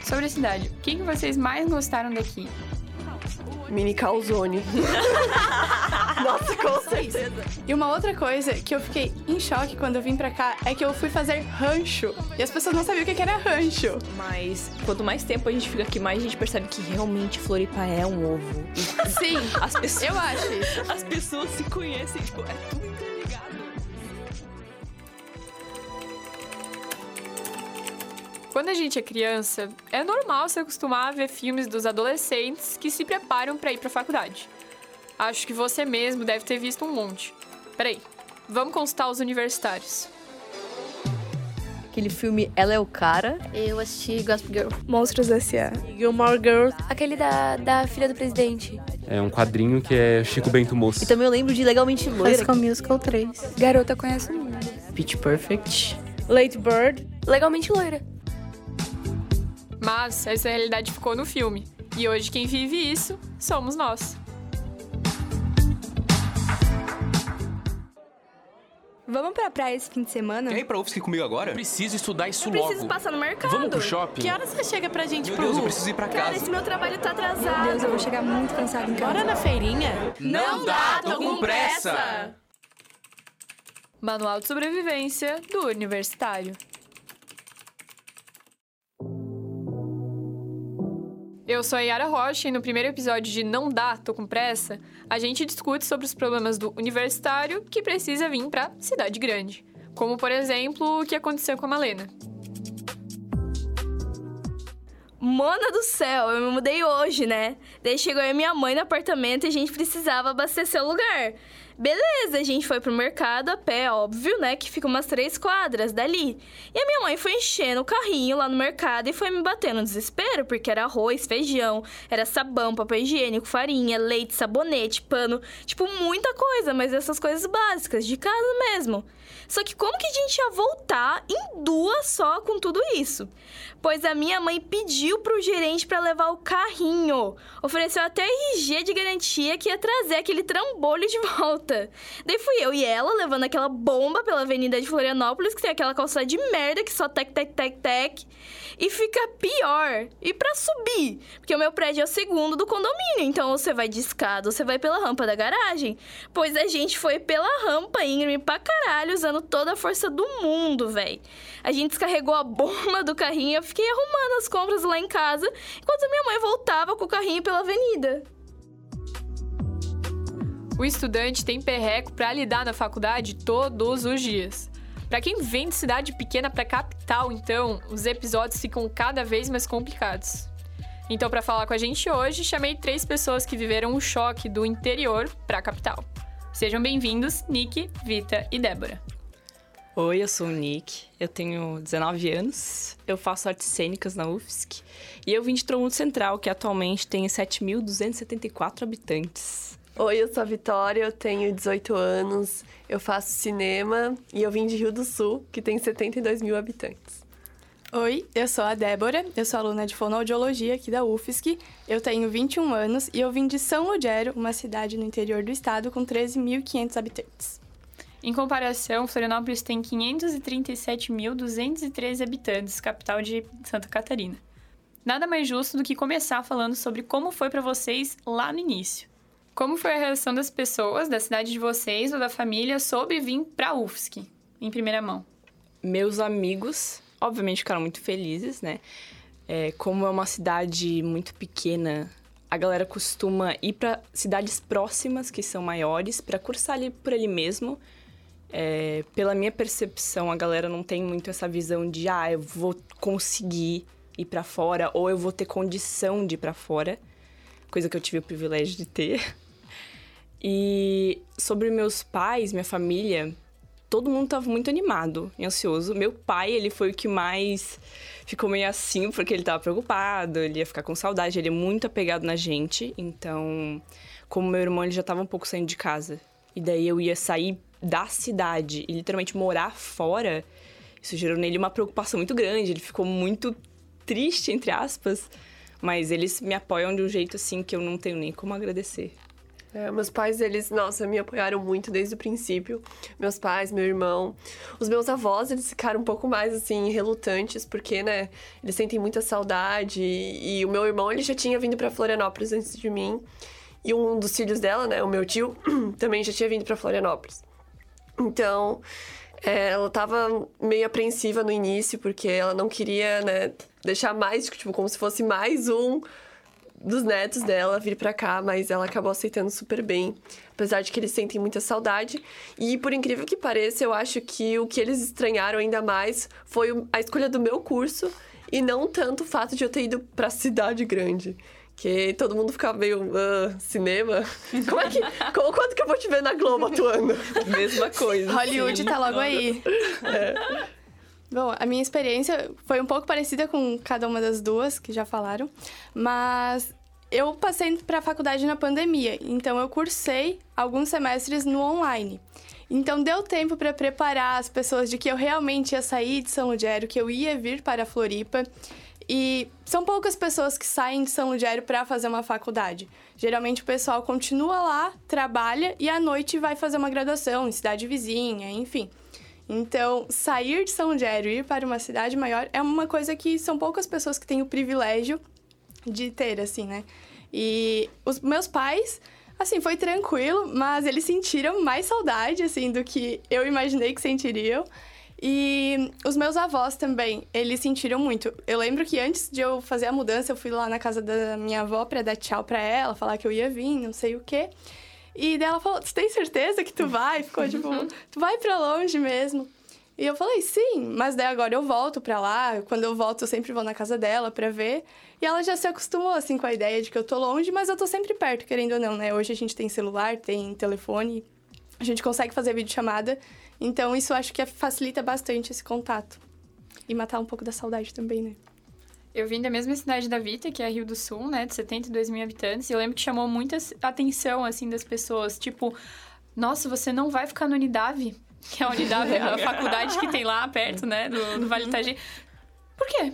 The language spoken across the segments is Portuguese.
Sobre a cidade, o que vocês mais gostaram daqui? Mini calzone. Nossa, com certeza. E uma outra coisa que eu fiquei em choque quando eu vim pra cá é que eu fui fazer rancho. E as pessoas não sabiam o que era rancho. Mas quanto mais tempo a gente fica aqui, mais a gente percebe que realmente Floripa é um ovo. Sim, As pessoas, eu acho isso. as pessoas se conhecem, tipo, é tudo interligado. Quando a gente é criança, é normal se acostumar a ver filmes dos adolescentes que se preparam para ir para a faculdade. Acho que você mesmo deve ter visto um monte. Peraí, vamos consultar os universitários. Aquele filme Ela é o Cara. Eu assisti Gossip Girl. Monstros S.A. Gilmore Girls. Aquele da filha do presidente. É um quadrinho que é Chico Bento Moço. E também eu lembro de Legalmente High Loira. School Musical 3. Garota Conhece o Mundo. Pitch Perfect. Late Bird. Legalmente Loira. Mas essa realidade ficou no filme. E hoje quem vive isso somos nós. Vamos pra praia esse fim de semana? Quer ir pra UFSC comigo agora? Preciso estudar isso Eu logo. preciso passar no mercado. Vamos pro shopping. Que horas você chega pra gente Meu pro Deus, eu RU? preciso ir pra Cara, casa. esse meu trabalho tá atrasado. Meu Deus, eu vou chegar muito cansada em casa. Bora na feirinha? Não dá, tô com pressa. Manual de sobrevivência do universitário. Eu sou a Yara Rocha e no primeiro episódio de Não Dá, Tô Com Pressa, a gente discute sobre os problemas do universitário que precisa vir pra cidade grande. Como, por exemplo, o que aconteceu com a Malena. Mona do céu, eu me mudei hoje, né? Daí chegou eu e minha mãe no apartamento e a gente precisava abastecer o lugar. Beleza, a gente foi pro mercado a pé, óbvio, né? Que fica umas 3 quadras dali. E a minha mãe foi enchendo o carrinho lá no mercado e foi me bater no desespero, porque era arroz, feijão, era sabão, papel higiênico, farinha, leite, sabonete, pano. Tipo, muita coisa, mas essas coisas básicas, de casa mesmo. Só que como que a gente ia voltar em 2 só com tudo isso? Pois a minha mãe pediu pro gerente pra levar o carrinho. Ofereceu até RG de garantia que ia trazer aquele trambolho de volta. Daí fui eu e ela levando aquela bomba pela avenida de Florianópolis, que tem aquela calçada de merda que só tec, tec, tec, tec. E fica pior. E pra subir? Porque o meu prédio é o segundo do condomínio, então você vai de escada, você vai pela rampa da garagem. Pois a gente foi pela rampa íngreme pra caralho, usando toda a força do mundo, véi. A gente descarregou a bomba do carrinho e eu fiquei arrumando as compras lá em casa, enquanto a minha mãe voltava com o carrinho pela avenida. O estudante tem perreco pra lidar na faculdade todos os dias. Pra quem vem de cidade pequena pra capital, então, os episódios ficam cada vez mais complicados. Então, pra falar com a gente hoje, chamei 3 pessoas que viveram o choque do interior pra capital. Sejam bem-vindos, Nick, Vita e Débora. Oi, eu sou o Nick, eu tenho 19 anos, eu faço artes cênicas na UFSC e eu vim de Tromundo Central, que atualmente tem 7.274 habitantes. Oi, eu sou a Vitória, eu tenho 18 anos, eu faço cinema e eu vim de Rio do Sul, que tem 72 mil habitantes. Oi, eu sou a Débora, eu sou aluna de fonoaudiologia aqui da UFSC, eu tenho 21 anos e eu vim de São Lugero, uma cidade no interior do estado com 13.500 habitantes. Em comparação, Florianópolis tem 537.213 habitantes, capital de Santa Catarina. Nada mais justo do que começar falando sobre como foi para vocês lá no início. Como foi a reação das pessoas da cidade de vocês ou da família sobre vir para a UFSC, em primeira mão? Meus amigos, obviamente, ficaram muito felizes, né? Como é uma cidade muito pequena, a galera costuma ir para cidades próximas, que são maiores, para cursar ali por ali mesmo. Pela minha percepção, a galera não tem muito essa visão de eu vou conseguir ir para fora ou eu vou ter condição de ir para fora, coisa que eu tive o privilégio de ter. E sobre meus pais, minha família, todo mundo tava muito animado e ansioso. Meu pai, ele foi o que mais ficou meio assim, porque ele tava preocupado, ele ia ficar com saudade, ele é muito apegado na gente. Então, como meu irmão, ele já tava um pouco saindo de casa. E daí eu ia sair da cidade e literalmente morar fora, isso gerou nele uma preocupação muito grande. Ele ficou muito triste, entre aspas, mas eles me apoiam de um jeito assim que eu não tenho nem como agradecer. Meus pais, eles, nossa, me apoiaram muito desde o princípio. Meus pais, meu irmão. Os meus avós, eles ficaram um pouco mais, assim, relutantes, porque, né, eles sentem muita saudade. E o meu irmão, ele já tinha vindo pra Florianópolis antes de mim. E um dos filhos dela, né, o meu tio, também já tinha vindo pra Florianópolis. Então, ela tava meio apreensiva no início, porque ela não queria, né, deixar mais, tipo, como se fosse mais um dos netos dela vir pra cá, mas ela acabou aceitando super bem, apesar de que eles sentem muita saudade. E, por incrível que pareça, eu acho que o que eles estranharam ainda mais foi a escolha do meu curso e não tanto o fato de eu ter ido pra cidade grande. Que todo mundo ficava meio, cinema? Quando que eu vou te ver na Globo atuando? Mesma coisa. Hollywood tá logo aí. Bom, a minha experiência foi um pouco parecida com cada uma das duas, que já falaram. Mas eu passei para a faculdade na pandemia, então eu cursei alguns semestres no online. Então deu tempo para preparar as pessoas de que eu realmente ia sair de São Ludgero, que eu ia vir para a Floripa. E são poucas pessoas que saem de São Ludgero para fazer uma faculdade. Geralmente o pessoal continua lá, trabalha e à noite vai fazer uma graduação em cidade vizinha, enfim. Então, sair de São Ludgero e ir para uma cidade maior é uma coisa que são poucas pessoas que têm o privilégio de ter, assim, né? E os meus pais, assim, foi tranquilo, mas eles sentiram mais saudade, assim, do que eu imaginei que sentiriam. E os meus avós também, eles sentiram muito. Eu lembro que antes de eu fazer a mudança, eu fui lá na casa da minha avó pra dar tchau pra ela, falar que eu ia vir, não sei o quê. E daí ela falou, tu tem certeza que tu vai? Ficou tipo, tu vai pra longe mesmo? E eu falei, sim, mas daí agora eu volto pra lá. Quando eu volto, eu sempre vou na casa dela pra ver. E ela já se acostumou, assim, com a ideia de que eu tô longe, mas eu tô sempre perto, querendo ou não, né? Hoje a gente tem celular, tem telefone, a gente consegue fazer videochamada. Então, isso eu acho que facilita bastante esse contato. E matar um pouco da saudade também, né? Eu vim da mesma cidade da Vita, que é Rio do Sul, né? De 72 mil habitantes. E eu lembro que chamou muita atenção, assim, das pessoas. Tipo, nossa, você não vai ficar no Unidave? Que é a Unidave, a faculdade que tem lá perto, né? Do Vale Itajaí. Por quê?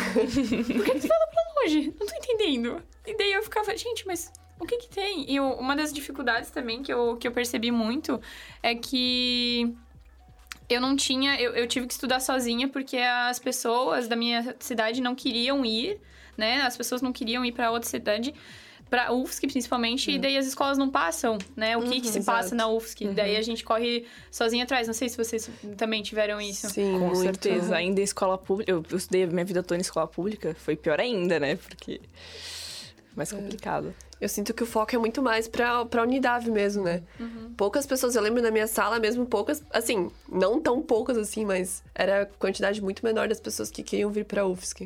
Por que tu vai lá pra longe? Não tô entendendo. E daí eu ficava, gente, mas o que tem? E uma das dificuldades também que eu percebi muito é que eu não tinha... Eu tive que estudar sozinha porque as pessoas da minha cidade não queriam ir, né? As pessoas não queriam ir pra outra cidade, pra UFSC principalmente, e daí as escolas não passam, né? O que se passa na UFSC. Daí a gente corre sozinha atrás. Não sei se vocês também tiveram isso. Sim, com certeza. Ainda em escola pública... Eu estudei a minha vida toda em escola pública. Foi pior ainda, né? Porque... mais complicado. Eu sinto que o foco é muito mais pra Unidave mesmo, né? Poucas pessoas, eu lembro na minha sala mesmo, poucas, assim, não tão poucas assim, mas era a quantidade muito menor das pessoas que queriam vir pra UFSC.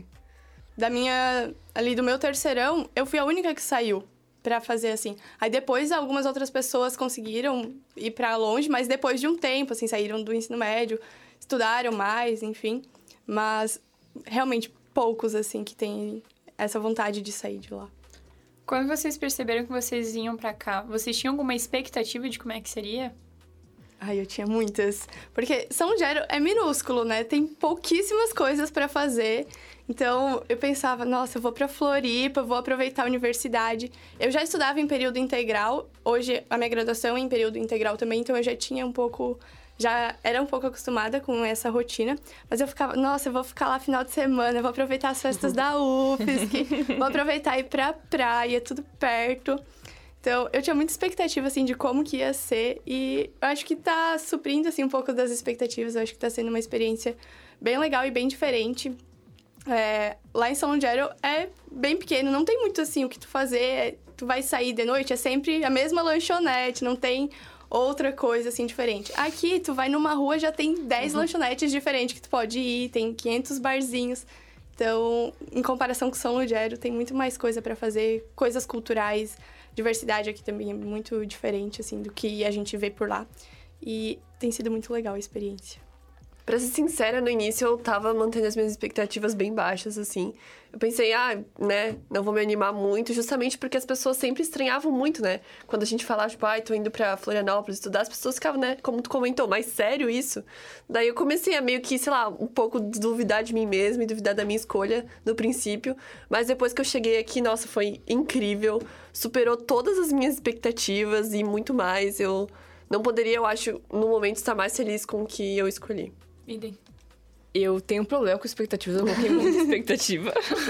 Do meu terceirão, eu fui a única que saiu pra fazer, assim. Aí depois, algumas outras pessoas conseguiram ir pra longe, mas depois de um tempo, assim, saíram do ensino médio, estudaram mais, enfim. Mas, realmente, poucos, assim, que têm essa vontade de sair de lá. Quando vocês perceberam que vocês vinham pra cá, vocês tinham alguma expectativa de como é que seria? Ai, eu tinha muitas. Porque São Ludgero é minúsculo, né? Tem pouquíssimas coisas pra fazer. Então, eu pensava, nossa, eu vou pra Floripa, vou aproveitar a universidade. Eu já estudava em período integral. Hoje, a minha graduação é em período integral também, então eu já tinha um pouco... Já era um pouco acostumada com essa rotina, mas eu ficava, nossa, eu vou ficar lá final de semana, eu vou aproveitar as festas da UFSC, vou aproveitar e ir pra praia, tudo perto. Então, eu tinha muita expectativa, assim, de como que ia ser, e eu acho que tá suprindo, assim, um pouco das expectativas. Eu acho que tá sendo uma experiência bem legal e bem diferente. Lá em São Ludgero é bem pequeno, não tem muito, assim, o que tu fazer. Tu vai sair de noite, é sempre a mesma lanchonete, não tem outra coisa, assim, diferente. Aqui, tu vai numa rua, já tem 10 lanchonetes diferentes que tu pode ir, tem 500 barzinhos. Então, em comparação com São Ludgero, tem muito mais coisa pra fazer, coisas culturais. Diversidade aqui também é muito diferente, assim, do que a gente vê por lá. E tem sido muito legal a experiência. Pra ser sincera, no início eu tava mantendo as minhas expectativas bem baixas, assim. Eu pensei, né, não vou me animar muito, justamente porque as pessoas sempre estranhavam muito, né? Quando a gente falava, tipo, tô indo pra Florianópolis estudar, as pessoas ficavam, né, como tu comentou, mas sério isso? Daí eu comecei a meio que, sei lá, um pouco duvidar de mim mesma e duvidar da minha escolha no princípio. Mas depois que eu cheguei aqui, nossa, foi incrível. Superou todas as minhas expectativas e muito mais. Eu não poderia, eu acho, no momento, estar mais feliz com o que eu escolhi. Idem. Eu tenho um problema com expectativas, eu coloquei muita expectativa.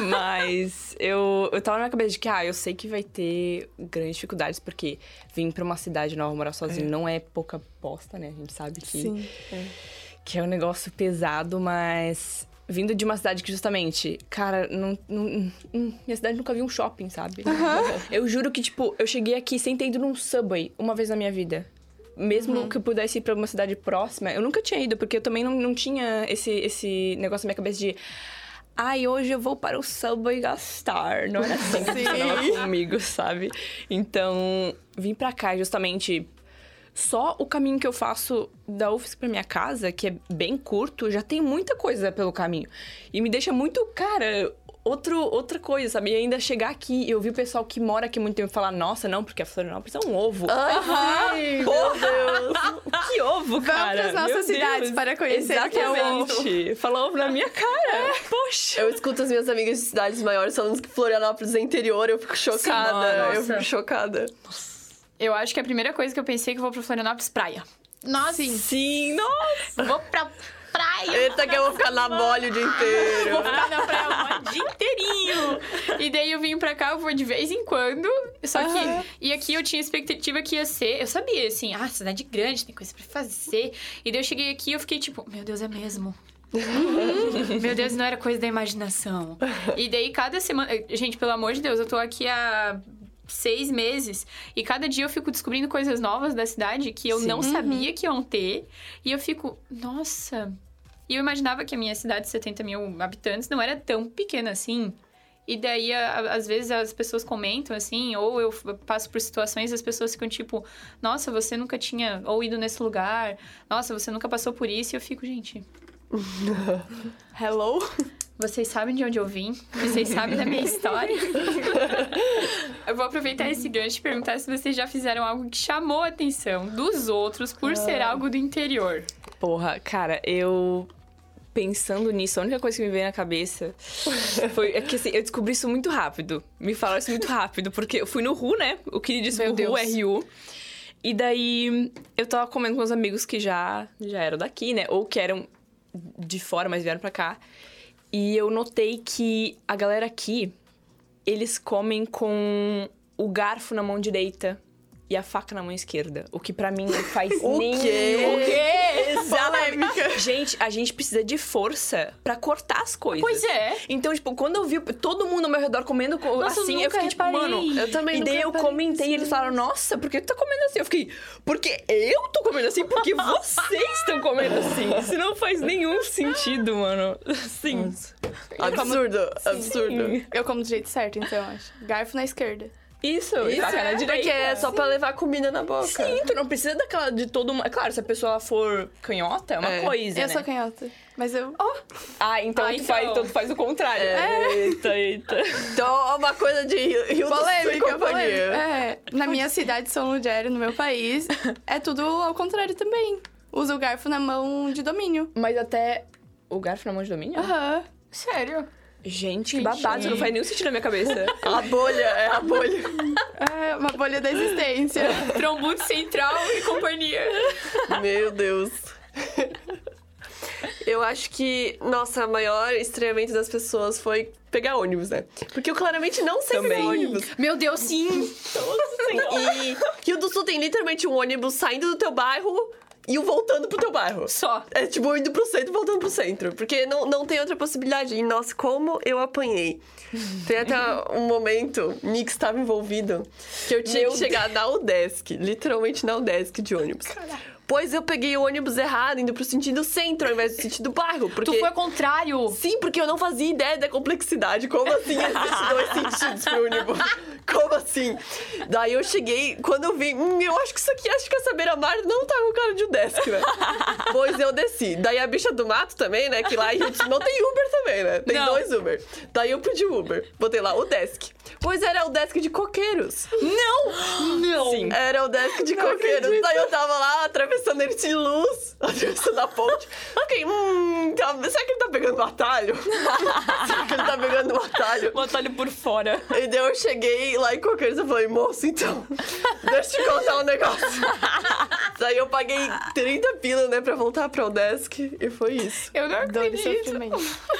Mas eu tava na minha cabeça de que, eu sei que vai ter grandes dificuldades, porque vir pra uma cidade nova, morar sozinho, não é pouca bosta, né? A gente sabe que, Sim. Que é um negócio pesado, mas vindo de uma cidade que justamente, cara, minha cidade nunca viu um shopping, sabe? Eu juro que, tipo, eu cheguei aqui sem ter ido num Subway uma vez na minha vida. Mesmo que eu pudesse ir pra uma cidade próxima, eu nunca tinha ido, porque eu também não tinha esse negócio na minha cabeça de... hoje eu vou para o Subway gastar. Não era assim que funcionava comigo, sabe? Então, vim pra cá justamente... Só o caminho que eu faço da UFSC pra minha casa, que é bem curto, já tem muita coisa pelo caminho. E me deixa muito, cara... Outra coisa, sabe? E ainda chegar aqui e ouvir o pessoal que mora aqui muito tempo falar, nossa, não, porque a Florianópolis é um ovo. Ai, meu Deus! Que ovo, cara! Vamos pras nossas cidades para conhecer o que é o ovo. Falou ovo na minha cara. Poxa! Eu escuto as minhas amigas de cidades maiores falando que Florianópolis é interior, eu fico chocada. Sim, eu fico chocada. Eu acho que a primeira coisa que eu pensei que eu vou pra Florianópolis, praia. Nossa, Sim, nossa! vou pra praia. Eita, que eu vou ficar na bolha o dia inteiro. Vou ficar na praia o dia inteirinho. E daí eu vim pra cá, eu vou de vez em quando. Só que... E aqui eu tinha expectativa que ia ser... Eu sabia, assim, cidade grande, tem coisa pra fazer. E daí eu cheguei aqui e eu fiquei tipo, meu Deus, é mesmo? Meu Deus, não era coisa da imaginação. E daí cada semana... Gente, pelo amor de Deus, eu tô aqui há 6 meses. E cada dia eu fico descobrindo coisas novas da cidade que eu não sabia que iam ter. E eu fico, nossa... E eu imaginava que a minha cidade de 70 mil habitantes não era tão pequena assim. E daí, às vezes, as pessoas comentam, assim, ou eu passo por situações e as pessoas ficam tipo... Nossa, você nunca tinha ou ido nesse lugar. Nossa, você nunca passou por isso. E eu fico, gente... Hello? Vocês sabem de onde eu vim? Vocês sabem da minha história? Eu vou aproveitar esse gancho e perguntar se vocês já fizeram algo que chamou a atenção dos outros por ser algo do interior. Porra, cara, eu... Pensando nisso, a única coisa que me veio na cabeça foi que assim, eu descobri isso muito rápido. Me falaram isso muito rápido, porque eu fui no RU, né? O queridíssimo RU. E daí, eu tava comendo com meus amigos que já eram daqui, né? Ou que eram de fora, mas vieram pra cá. E eu notei que a galera aqui, eles comem com o garfo na mão direita e a faca na mão esquerda. O que pra mim não faz nenhum... O quê? Exatamente. Gente, a gente precisa de força pra cortar as coisas. Pois é. Então, tipo, quando eu vi todo mundo ao meu redor comendo assim, eu fiquei tipo, mano... Eu também E daí eu comentei e eles falaram, nossa, por que tu tá comendo assim? Eu fiquei, porque eu tô comendo assim? Porque vocês estão comendo assim. Isso não faz nenhum sentido, mano. Sim. Absurdo. Eu como do jeito certo, então, acho. Garfo na esquerda. Isso faca na direita. Porque é só pra levar comida na boca. Sim, tu não precisa daquela de todo mundo. É claro, se a pessoa for canhota, é uma coisa, Eu né? sou canhota, mas eu... Então tu faz o contrário. Eita. Então, é uma coisa de Rio do Sul e companhia. Na minha cidade, São Lugério, no meu país, é tudo ao contrário também. Usa o garfo na mão de domínio. Mas até o garfo na mão de domínio? Aham. Sério? Gente, que babado. Isso não faz nenhum sentido na minha cabeça. A bolha. É uma bolha da existência. Trombudo Central e companhia. Meu Deus. Eu acho que, nossa, o maior estranhamento das pessoas foi pegar ônibus, né? Porque eu claramente não sei pegar ônibus. Meu Deus, sim! E Rio do Sul tem literalmente um ônibus saindo do teu bairro e um voltando pro teu bairro. Só. É tipo indo pro centro e voltando pro centro. Porque não tem outra possibilidade. E, nossa, como eu apanhei. Tem até um momento, o Nick estava envolvido, que eu tinha que chegar na UDESC. Literalmente na UDESC de ônibus. Pois eu peguei o ônibus errado, indo pro sentido centro, ao invés do sentido bairro. Porque... Tu foi ao contrário. Sim, porque eu não fazia ideia da complexidade. Como assim existem 2 sentidos pro ônibus? Como assim? Daí eu cheguei, quando eu vi, eu acho que isso aqui, acho que essa beira-mar não tá com cara de Udesc, né? Pois eu desci. Daí a bicha do mato também, né? Que lá em Rio de Janeiro não tem Uber também, né? Tem 2 Uber. Daí eu pedi Uber. Botei lá, Udesc. Pois era o Udesc de Coqueiros. Não! Sim. Era o Udesc de Coqueiros. Daí eu tava lá, atravessando ele de luz, atravessando a ponte. Fiquei, será que ele tá pegando um atalho? Será que ele tá pegando um atalho? Um atalho por fora. E daí eu cheguei lá em Coqueiros e falei, moço, então, deixa eu te contar um negócio. Daí eu paguei 30 pila, né, pra voltar pra Udesc, e foi isso. Eu não Dor de acredito. sofrimento.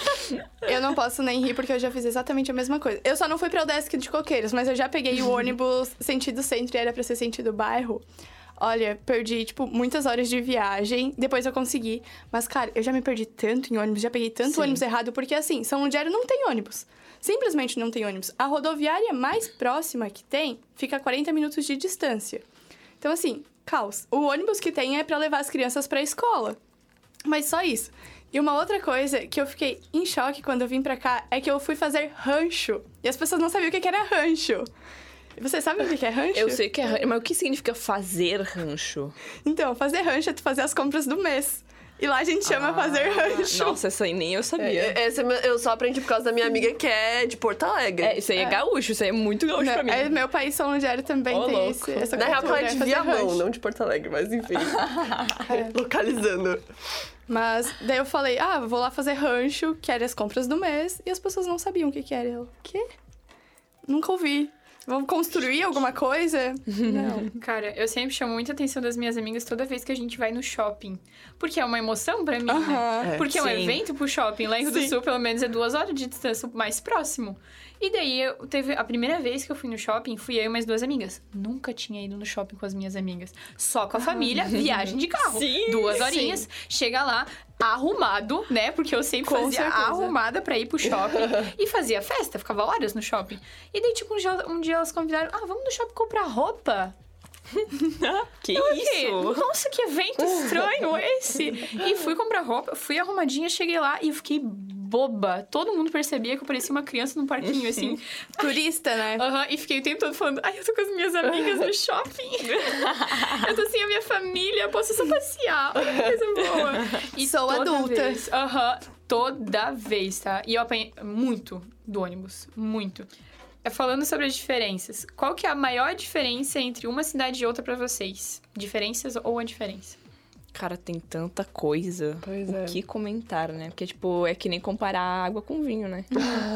Eu não posso nem rir porque eu já fiz exatamente a mesma coisa. Eu só não fui pra Udesc de Coqueiros, mas eu já peguei o ônibus sentido centro e era pra ser sentido bairro. Olha, perdi, tipo, muitas horas de viagem. Depois eu consegui. Mas, cara, eu já me perdi tanto em ônibus, já peguei tanto ônibus errado, porque, assim, São Lugero não tem ônibus. Simplesmente não tem ônibus. A rodoviária mais próxima que tem fica a 40 minutos de distância. Então, assim, caos. O ônibus que tem é pra levar as crianças pra escola. Mas só isso. E uma outra coisa que eu fiquei em choque quando eu vim pra cá é que eu fui fazer rancho. E as pessoas não sabiam o que era rancho. Você sabe o que é rancho? Eu sei que é rancho, mas o que significa fazer rancho? Então, fazer rancho é tu fazer as compras do mês. E lá a gente chama fazer rancho. Nossa, essa aí nem eu sabia. Essa eu só aprendi por causa da minha amiga que é de Porto Alegre. Isso aí é gaúcho, isso aí é muito gaúcho pra mim. Meu país, São Lugero, também tem louco. essa Na real, cultura, ela é de fazer Viamão, rancho. não de Porto Alegre, mas enfim. Localizando. Mas daí eu falei, vou lá fazer rancho, que era as compras do mês. E as pessoas não sabiam o que era. Eu, o quê? Nunca ouvi. Vamos construir alguma coisa? Não. Cara, eu sempre chamo muita atenção das minhas amigas toda vez que a gente vai no shopping. Porque é uma emoção pra mim, né? Porque é um sim. evento pro shopping. Lá em Rio do Sul, pelo menos, é 2 horas de distância mais próximo. E daí, teve a primeira vez que eu fui no shopping, fui eu e mais 2 amigas. Nunca tinha ido no shopping com as minhas amigas. Só com a família, viagem de carro. Sim, 2 horinhas, chega lá, arrumado, né? Porque eu sempre Com fazia certeza. arrumada pra ir pro shopping. E fazia festa, ficava horas no shopping. E daí, tipo, um dia elas convidaram, vamos no shopping comprar roupa? Que isso? isso? Nossa, que evento estranho esse! E fui comprar roupa, fui arrumadinha, cheguei lá e eu fiquei boba. Todo mundo percebia que eu parecia uma criança num parquinho, assim. Turista, né? E fiquei o tempo todo falando, eu tô com as minhas amigas no shopping. Eu tô sem a minha família, posso só passear. Olha que coisa boa. E Sou toda adulta. Vez, toda vez, tá? E eu apanhei muito do ônibus, muito. Falando sobre as diferenças, qual que é a maior diferença entre uma cidade e outra pra vocês? Diferenças ou a diferença? Cara, tem tanta coisa. Pois o que comentar, né? Porque, tipo, é que nem comparar água com vinho, né?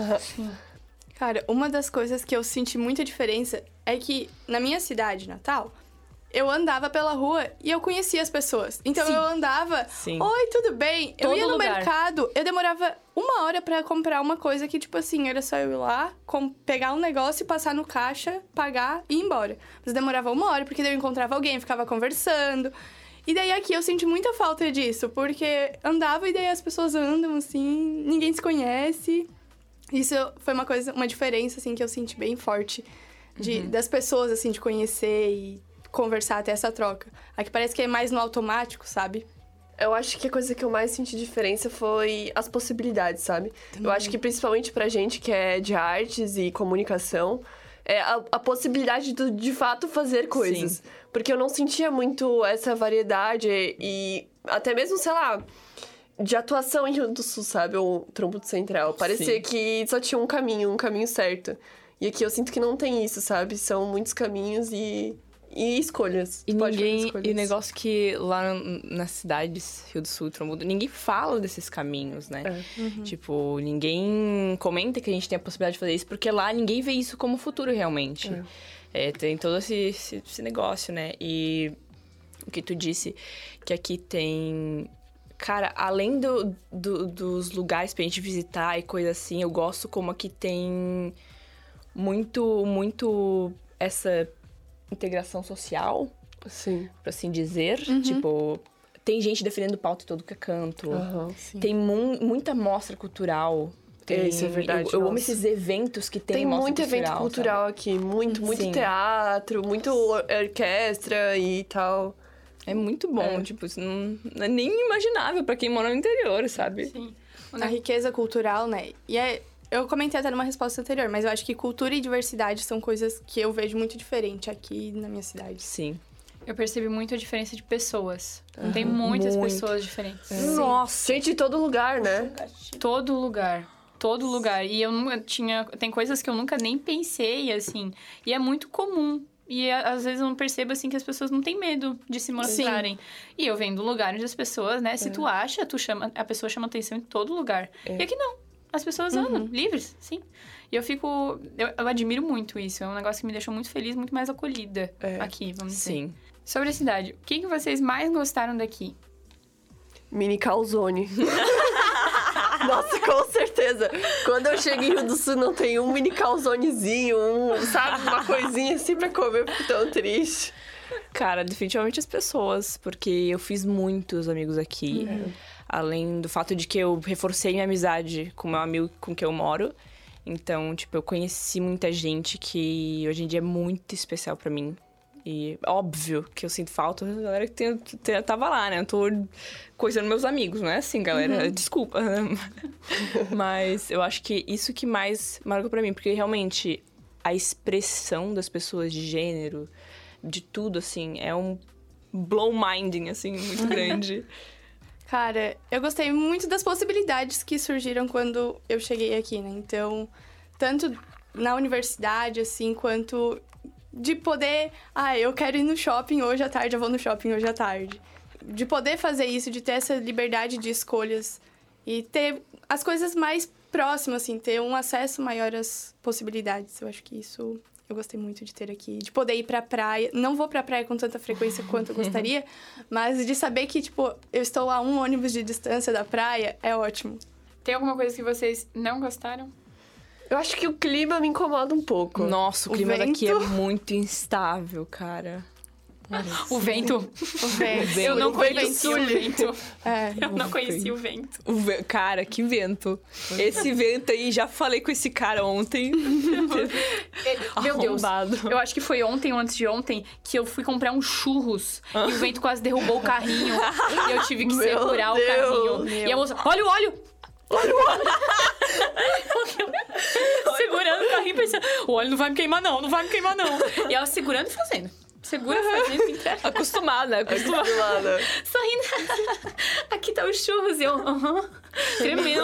Cara, uma das coisas que eu senti muita diferença é que na minha cidade natal, eu andava pela rua e eu conhecia as pessoas. Então eu andava, oi, tudo bem? Eu ia no mercado, eu demorava 1 hora pra comprar uma coisa que, tipo assim, era só eu ir lá, pegar um negócio, passar no caixa, pagar e ir embora. Mas demorava 1 hora, porque daí eu encontrava alguém, ficava conversando. E daí aqui eu senti muita falta disso, porque andava e daí as pessoas andam, assim, ninguém se conhece. Isso foi uma diferença, assim, que eu senti bem forte das pessoas, assim, de conhecer e conversar, ter essa troca. Aqui parece que é mais no automático, sabe? Eu acho que a coisa que eu mais senti diferença foi as possibilidades, sabe? Eu acho que principalmente pra gente que é de artes e comunicação, é a possibilidade de fato fazer coisas. Sim. Porque eu não sentia muito essa variedade e até mesmo, sei lá, de atuação em Rio do Sul, sabe? Ou Triunfo Central. Parecia que só tinha um caminho certo. E aqui eu sinto que não tem isso, sabe? São muitos caminhos e escolhas. E o negócio que lá nas cidades, Rio do Sul, Trombudo, ninguém fala desses caminhos, né? Tipo, ninguém comenta que a gente tem a possibilidade de fazer isso, porque lá ninguém vê isso como futuro, realmente. Tem todo esse negócio, né? E o que tu disse, que aqui tem... Cara, além dos lugares pra gente visitar e coisa assim, eu gosto como aqui tem muito essa integração social, por assim dizer. Tipo, tem gente defendendo pauta em todo que é canto. Tem muita mostra cultural. Isso é verdade. Eu amo esses eventos que tem mostra muito cultural, evento cultural, sabe? Aqui. Muito teatro, muito orquestra e tal. É muito bom, tipo, isso não é nem imaginável pra quem mora no interior, sabe? Sim. A riqueza cultural, né? E eu comentei até numa resposta anterior, mas eu acho que cultura e diversidade são coisas que eu vejo muito diferente aqui na minha cidade. Sim. Eu percebi muito a diferença de pessoas. Tem muitas pessoas diferentes. Nossa, gente, em todo lugar, né? Todo lugar. Todo lugar. E eu nunca tinha... Tem coisas que eu nunca nem pensei, assim. E é muito comum. E às vezes eu não percebo, assim, que as pessoas não têm medo de se mostrarem. E eu venho do lugar onde as pessoas, né? Se tu acha, a pessoa chama atenção em todo lugar. E aqui não. As pessoas andam livres, sim. E eu fico... Eu admiro muito isso. É um negócio que me deixou muito feliz, muito mais acolhida aqui, vamos dizer. Sim. Sobre a cidade, o que vocês mais gostaram daqui? Mini calzone. Nossa, com certeza. Quando eu chego em Rio do Sul, não tem um mini calzonezinho, sabe? Uma coisinha assim pra comer, eu fico tão triste. Cara, definitivamente as pessoas, porque eu fiz muitos amigos aqui. Além do fato de que eu reforcei minha amizade com o meu amigo com quem eu moro. Então, tipo, eu conheci muita gente que hoje em dia é muito especial pra mim. E óbvio que eu sinto falta da galera que tava lá, né? Eu tô coisando meus amigos, não é assim, galera? Desculpa. Mas eu acho que isso que mais marcou pra mim. Porque realmente a expressão das pessoas de gênero, de tudo, assim, é um blow minding, assim, muito grande. Cara, eu gostei muito das possibilidades que surgiram quando eu cheguei aqui, né? Então, tanto na universidade, assim, quanto... de poder... eu quero ir no shopping hoje à tarde, eu vou no shopping hoje à tarde. De poder fazer isso, de ter essa liberdade de escolhas. E ter as coisas mais próximas, assim. Ter um acesso maior às possibilidades. Eu acho que isso eu gostei muito de ter aqui. De poder ir pra praia. Não vou pra praia com tanta frequência quanto eu gostaria. Mas de saber que, tipo, eu estou a 1 ônibus de distância da praia, é ótimo. Tem alguma coisa que vocês não gostaram? Eu acho que o clima me incomoda um pouco. Nossa, o clima daqui é muito instável, cara. O vento. O vento. Eu não conheci o vento. Eu não conheci o vento. Cara, que vento. Esse vento aí, já falei com esse cara ontem. Meu Deus. Eu acho que foi ontem ou antes de ontem que eu fui comprar uns churros e o vento quase derrubou o carrinho. E eu tive que segurar o carrinho. E a moça, olha o óleo! Olha o óleo! Segurando o carrinho pensando, o óleo não vai me queimar não, não vai me queimar não. E ela segurando e fazendo. Segura, fazendo, entrega. Acostumada. Sorrindo. Aqui tá os churros. E eu, tremendo.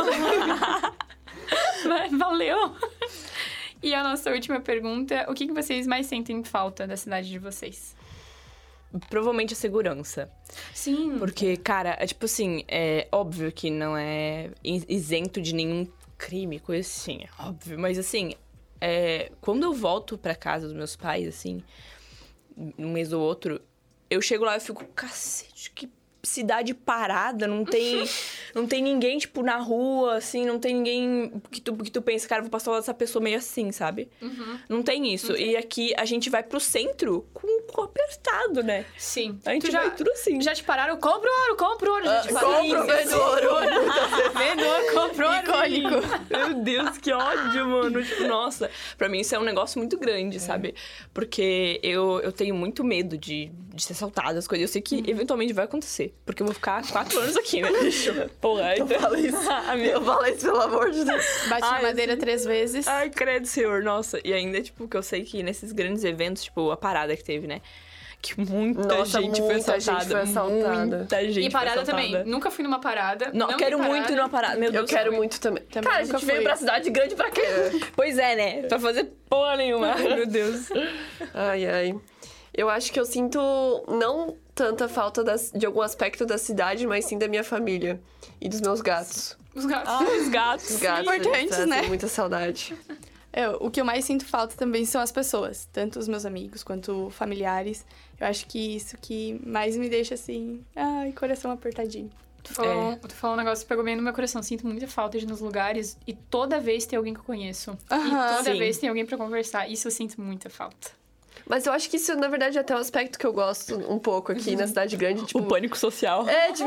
Valeu. E a nossa última pergunta, o que vocês mais sentem falta da cidade de vocês? Provavelmente a segurança. Sim. Porque, cara, é tipo assim, é óbvio que não é isento de nenhum crime, coisa assim, é óbvio. Mas assim, quando eu volto pra casa dos meus pais, assim, um mês ou outro, eu chego lá e fico, cacete, que cidade parada, não tem ninguém, tipo, na rua, assim, não tem ninguém que tu pensa, cara, vou passar lá dessa pessoa meio assim, sabe? Não tem isso. Não tem. E aqui a gente vai pro centro com apertado, né? Sim. A gente vai tudo assim. Já te pararam? Compra ouro. Compro, vendo ouro. Comprou ouro. Icônico. Meu Deus, que ódio, mano. Tipo, nossa, pra mim isso é um negócio muito grande, sabe? Porque eu tenho muito medo de ser assaltada, as coisas. Eu sei que eventualmente vai acontecer. Porque eu vou ficar 4 anos aqui, né? Porra, então... Fala isso. Eu falo isso, pelo amor de Deus. Bate na madeira 3 vezes. Ai, credo, senhor. Nossa. E ainda, tipo, que eu sei que nesses grandes eventos, tipo, a parada que teve, né? Que muita gente foi assaltada. Muita gente E parada também. Nunca fui numa parada. Não quero muito ir numa parada. Meu Deus, eu quero muito também. Cara, a gente veio pra cidade grande pra quê? Pois é, né? Pra fazer porra nenhuma. Ai, meu Deus. Ai. Eu acho que eu sinto não tanta falta de algum aspecto da cidade, mas sim da minha família. E dos meus gatos. Os gatos. Os gatos. Os gatos. Importantes, né? Tenho muita saudade. O que eu mais sinto falta também são as pessoas. Tanto os meus amigos quanto familiares. Eu acho que isso que mais me deixa assim... Ai, coração apertadinho. Tu falou um negócio que pegou bem no meu coração. Sinto muita falta de ir nos lugares e toda vez tem alguém que eu conheço. E toda vez tem alguém pra conversar. Isso eu sinto muita falta. Mas eu acho que isso, na verdade, é até um aspecto que eu gosto um pouco aqui na cidade grande. Tipo, o pânico social. De me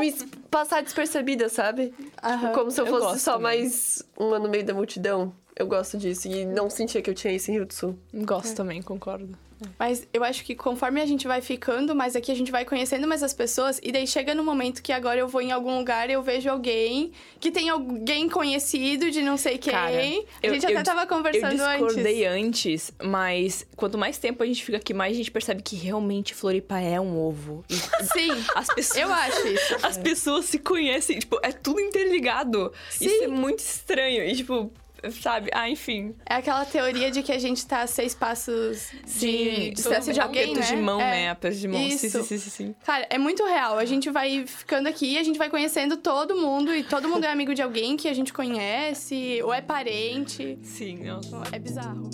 passar despercebida, sabe? Tipo, como se eu fosse só mais uma no meio da multidão. Eu gosto disso. E não sentia que eu tinha isso em Rio do Sul. Gosto também, concordo. Mas eu acho que conforme a gente vai ficando mais aqui, a gente vai conhecendo mais as pessoas. E daí chega no momento que agora eu vou em algum lugar e eu vejo alguém que tem alguém conhecido de não sei quem. Cara, a gente até tava conversando Eu discordei antes, mas quanto mais tempo a gente fica aqui, mais a gente percebe que realmente Floripa é um ovo. E sim, as pessoas, eu acho isso. As pessoas se conhecem, tipo, é tudo interligado. Sim. Isso é muito estranho. E, tipo, sabe? Enfim. É aquela teoria de que a gente tá a 6 passos de distância de alguém, aperto né? de mão, né? Aperto de mão. Isso. Sim. Cara, é muito real. A gente vai ficando aqui, a gente vai conhecendo todo mundo. E todo mundo é amigo de alguém que a gente conhece. Ou é parente. Sim, nossa. É bizarro.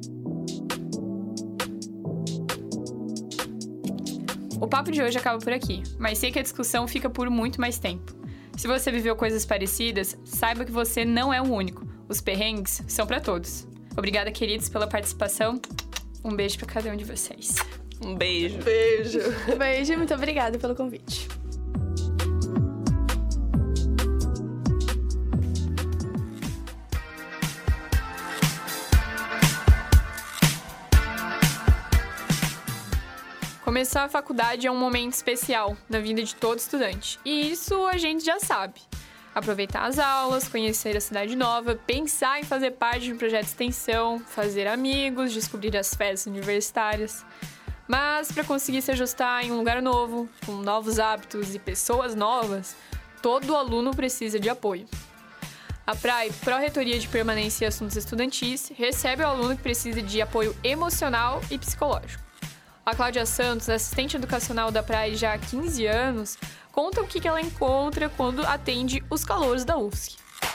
O papo de hoje acaba por aqui, mas sei que a discussão fica por muito mais tempo. Se você viveu coisas parecidas, saiba que você não é o único. Os perrengues são pra todos. Obrigada, queridos, pela participação. Um beijo pra cada um de vocês. Um beijo. Beijo. Beijo e muito obrigada pelo convite. Começar a faculdade é um momento especial na vida de todo estudante. E isso a gente já sabe. Aproveitar as aulas, conhecer a cidade nova, pensar em fazer parte de um projeto de extensão, fazer amigos, descobrir as festas universitárias. Mas para conseguir se ajustar em um lugar novo, com novos hábitos e pessoas novas, todo aluno precisa de apoio. A PRAE, Pró-Reitoria de Permanência e Assuntos Estudantis, recebe o aluno que precisa de apoio emocional e psicológico. A Cláudia Santos, assistente educacional da PRAE já há 15 anos, conta o que ela encontra quando atende os calouros da UFSC.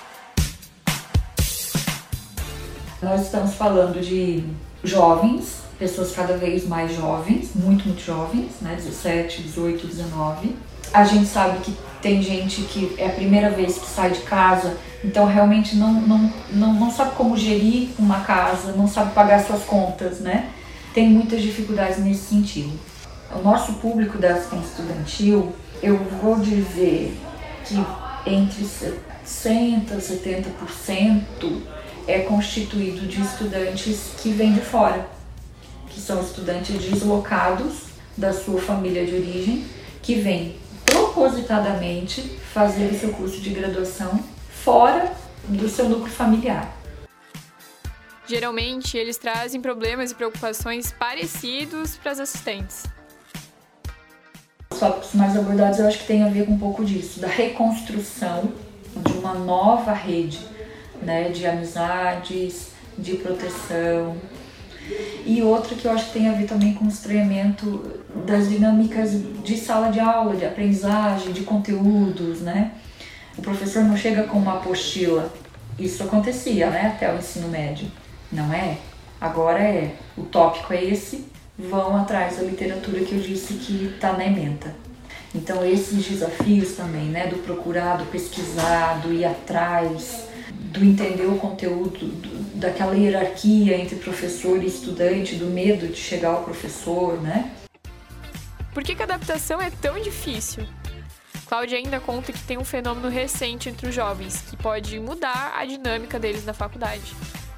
Nós estamos falando de jovens, pessoas cada vez mais jovens, muito jovens, né? 17, 18, 19. A gente sabe que tem gente que é a primeira vez que sai de casa, então realmente não sabe como gerir uma casa, não sabe pagar suas contas, né? Tem muitas dificuldades nesse sentido. O nosso público da assistência estudantil, eu vou dizer que entre 60% e 70% é constituído de estudantes que vêm de fora, que são estudantes deslocados da sua família de origem, que vêm propositadamente fazer o seu curso de graduação fora do seu núcleo familiar. Geralmente, eles trazem problemas e preocupações parecidos para as assistentes. Os tópicos mais abordados eu acho que tem a ver com um pouco disso, da reconstrução de uma nova rede, né, de amizades, de proteção. E outra que eu acho que tem a ver também com o estranhamento das dinâmicas de sala de aula, de aprendizagem, de conteúdos, né? O professor não chega com uma apostila. Isso acontecia, né, até o ensino médio. Não é? Agora é. O tópico é esse, vão atrás da literatura que eu disse que está na ementa. Então esses desafios também, né, do procurar, do pesquisar, do ir atrás, do entender o conteúdo, daquela hierarquia entre professor e estudante, do medo de chegar ao professor, né? Por que a adaptação é tão difícil? Cláudia ainda conta que tem um fenômeno recente entre os jovens, que pode mudar a dinâmica deles na faculdade.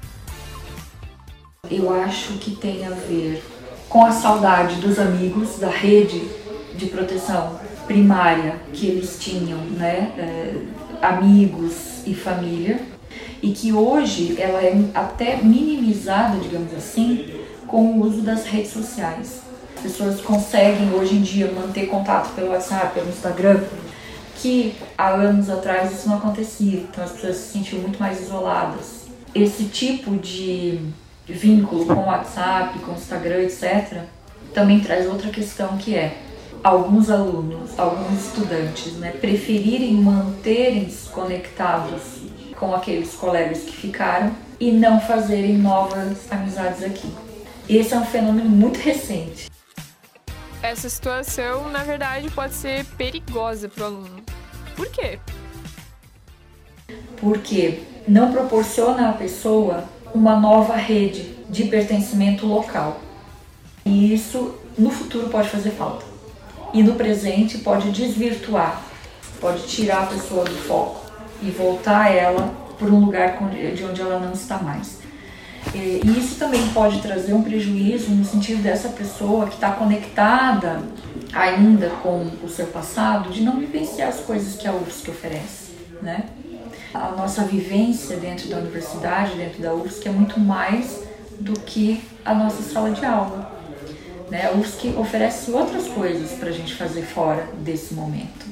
Eu acho que tem a ver com a saudade dos amigos, da rede de proteção primária que eles tinham, né? Amigos e família, e que hoje ela é até minimizada, digamos assim, com o uso das redes sociais. As pessoas conseguem hoje em dia manter contato pelo WhatsApp, pelo Instagram, que há anos atrás isso não acontecia, então as pessoas se sentiam muito mais isoladas. Esse tipo de vínculo com o WhatsApp, com o Instagram, etc., também traz outra questão, que é alguns alunos, alguns estudantes, né, preferirem manterem-se conectados com aqueles colegas que ficaram e não fazerem novas amizades aqui. Esse é um fenômeno muito recente. Essa situação, na verdade, pode ser perigosa para o aluno. Por quê? Porque não proporciona à pessoa uma nova rede de pertencimento local. E isso, no futuro, pode fazer falta. E no presente, pode desvirtuar pode tirar a pessoa do foco e voltar ela para um lugar de onde ela não está mais. E isso também pode trazer um prejuízo no sentido dessa pessoa que está conectada ainda com o seu passado, de não vivenciar as coisas que a UFSC oferece, né? A nossa vivência dentro da universidade, dentro da UFSC, é muito mais do que a nossa sala de aula, né? A UFSC oferece outras coisas para a gente fazer fora desse momento.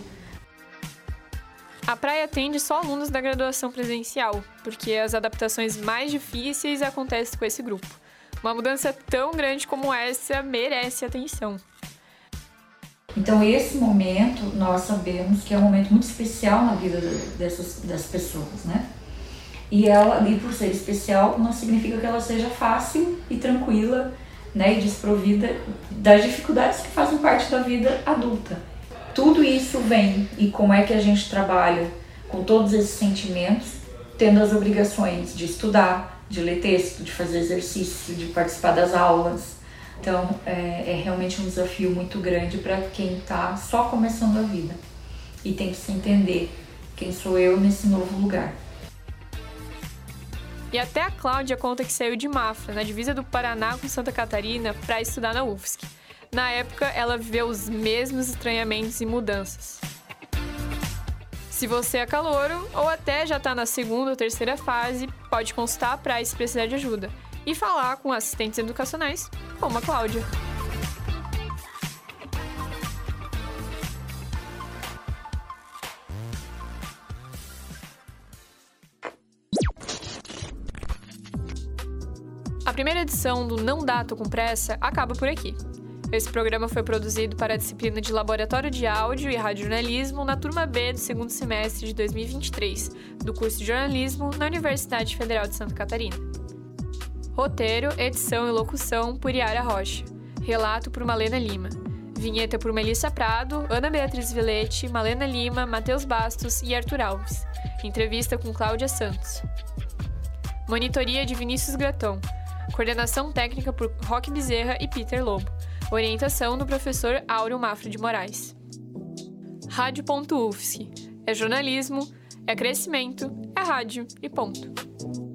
A praia atende só alunos da graduação presencial, porque as adaptações mais difíceis acontecem com esse grupo. Uma mudança tão grande como essa merece atenção. Então, esse momento, nós sabemos que é um momento muito especial na vida das pessoas, né? E por ser especial, não significa que ela seja fácil e tranquila, né? E desprovida das dificuldades que fazem parte da vida adulta. Tudo isso vem, e como é que a gente trabalha com todos esses sentimentos, tendo as obrigações de estudar, de ler texto, de fazer exercício, de participar das aulas. Então, é realmente um desafio muito grande para quem está só começando a vida e tem que se entender quem sou eu nesse novo lugar. E até a Cláudia conta que saiu de Mafra, na divisa do Paraná com Santa Catarina, para estudar na UFSC. Na época, ela viveu os mesmos estranhamentos e mudanças. Se você é calouro ou até já está na segunda ou terceira fase, pode consultar a praia se precisar de ajuda e falar com assistentes educacionais, como a Cláudia. A primeira edição do Não Dá, Tô Com Pressa acaba por aqui. Esse programa foi produzido para a disciplina de Laboratório de Áudio e Radiojornalismo na turma B do segundo semestre de 2023, do curso de Jornalismo na Universidade Federal de Santa Catarina. Roteiro, edição e locução por Yara Rocha. Relato por Malena Lima. Vinheta por Melissa Prado, Ana Beatriz Vilete, Malena Lima, Matheus Bastos e Arthur Alves. Entrevista com Cláudia Santos. Monitoria de Vinícius Gratton. Coordenação técnica por Roque Bezerra e Peter Lobo. Orientação do professor Áureo Mafra de Moraes. Rádio.UFSC. É jornalismo, é crescimento, é rádio e ponto.